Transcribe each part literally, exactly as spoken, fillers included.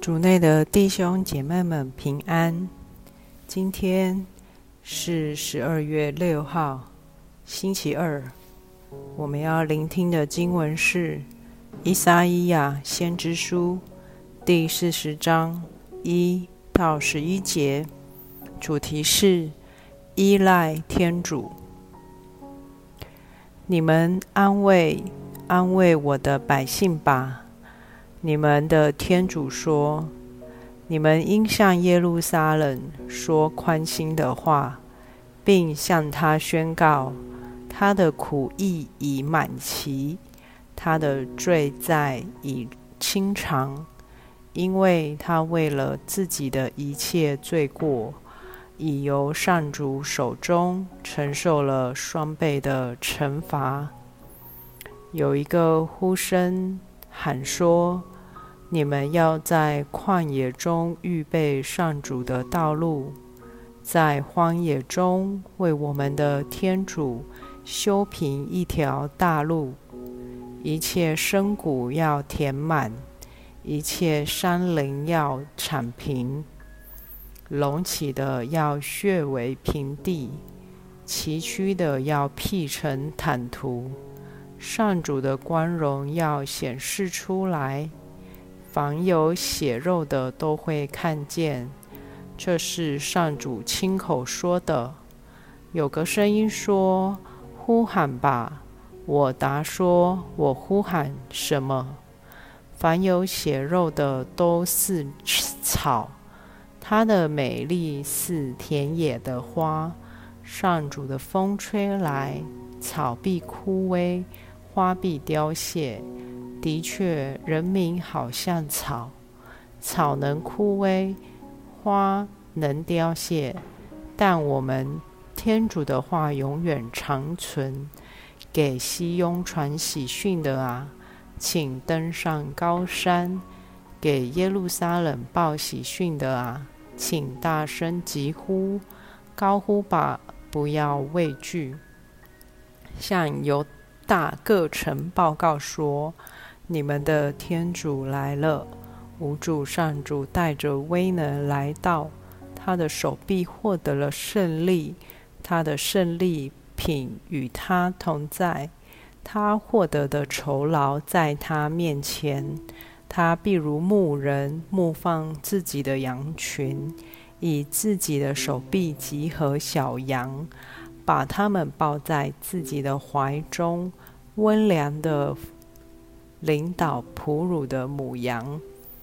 主内的弟兄姐妹们平安。今天是十二月六号，星期二。我们要聆听的经文是以赛亚先知书第四十章一到十一节，主题是依赖天主。你们安慰安慰我的百姓吧。你们的天主说，你们应向耶路撒冷说宽心的话，并向他宣告，他的苦役已满期，他的罪债已清偿，因为他为了自己的一切罪过，已由上主手中承受了双倍的惩罚。有一个呼声喊说，你们要在旷野中预备上主的道路，在荒野中为我们的天主修平一条大路。一切深谷要填满，一切山林要铲平，隆起的要削为平地，崎岖的要辟成坦途。上主的光荣要显示出来，凡有血肉的都会看见，这是上主亲口说的。有个声音说，呼喊吧。我答说，我呼喊什么？凡有血肉的都似草，它的美丽似田野的花。上主的风吹来，草必枯萎，花必凋谢。的确，人民好像草，草能枯萎，花能凋谢，但我们天主的话永远长存。给西雍传喜讯的啊，请登上高山；给耶路撒冷报喜讯的啊，请大声疾呼，高呼吧，不要畏惧。向犹大各城报告说，你们的天主来了，无主上主带着威能来到，他的手臂获得了胜利，他的胜利品与他同在，他获得的酬劳在他面前。他必如牧人牧放自己的羊群，以自己的手臂集合小羊，把他们抱在自己的怀中，温良的领导哺乳的母羊。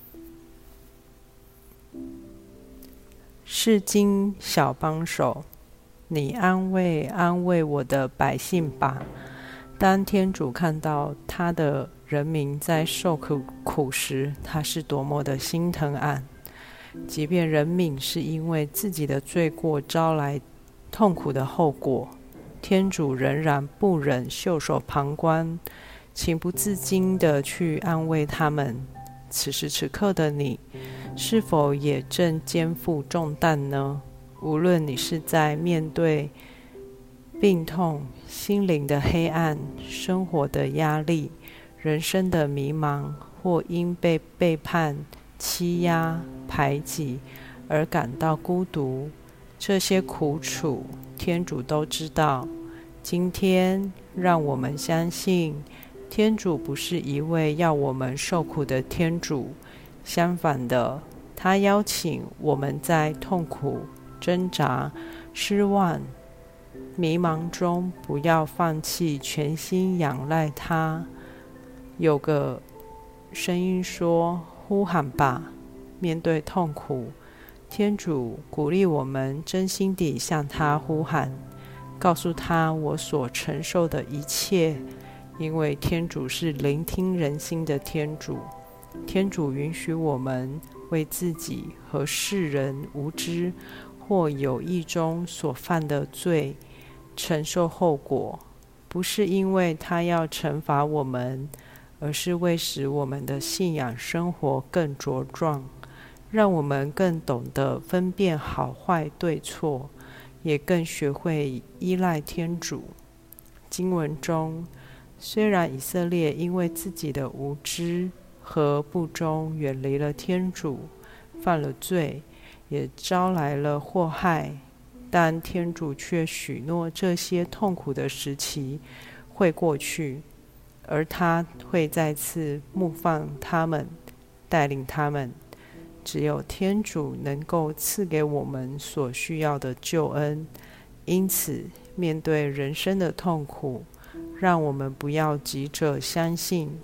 释经小帮手，你安慰安慰我的百姓吧。当天主看到他的人民在受苦苦时，他是多么的心疼啊！即便人民是因为自己的罪过招来痛苦的后果，天主仍然不忍袖手旁观，情不自禁地去安慰他们。此时此刻的你，是否也正肩负重担呢？无论你是在面对病痛、心灵的黑暗、生活的压力、人生的迷茫，或因被背叛、欺压、排挤而感到孤独，这些苦楚，天主都知道。今天，让我们相信，天主不是一位要我们受苦的天主，相反的，他邀请我们在痛苦、挣扎、失望、迷茫中，不要放弃，全心仰赖他。有个声音说，呼喊吧。面对痛苦，天主鼓励我们真心地向他呼喊，告诉他我所承受的一切，因为天主是聆听人心的天主。天主允许我们为自己和世人无知或有意中所犯的罪承受后果，不是因为他要惩罚我们，而是为使我们的信仰生活更茁壮，让我们更懂得分辨好坏对错，也更学会依赖天主。经文中，虽然以色列因为自己的无知和不忠，远离了天主，犯了罪，也招来了祸害。但天主却许诺这些痛苦的时期会过去，而他会再次牧放他们，带领他们。只有天主能够赐给我们所需要的救恩，因此面对人生的痛苦，让我们不要急着相信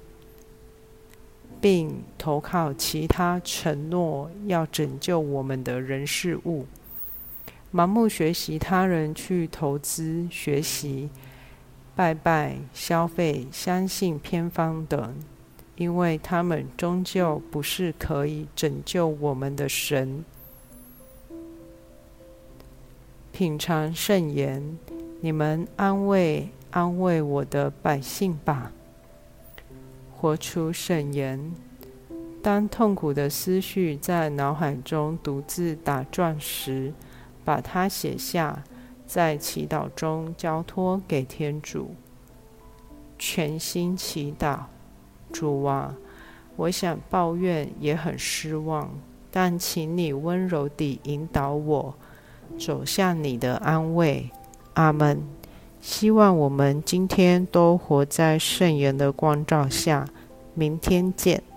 并投靠其他承诺要拯救我们的人事物，盲目学习他人去投资、学习、拜拜、消费、相信偏方等，因为他们终究不是可以拯救我们的神。品尝圣言，你们安慰安慰我的百姓吧。活出圣言。当痛苦的思绪在脑海中独自打转时，把它写下，在祈祷中交托给天主。全心祈祷，主啊，我想抱怨，也很失望，但请你温柔地引导我走向你的安慰。阿们。希望我们今天都活在圣言的光照下。明天见。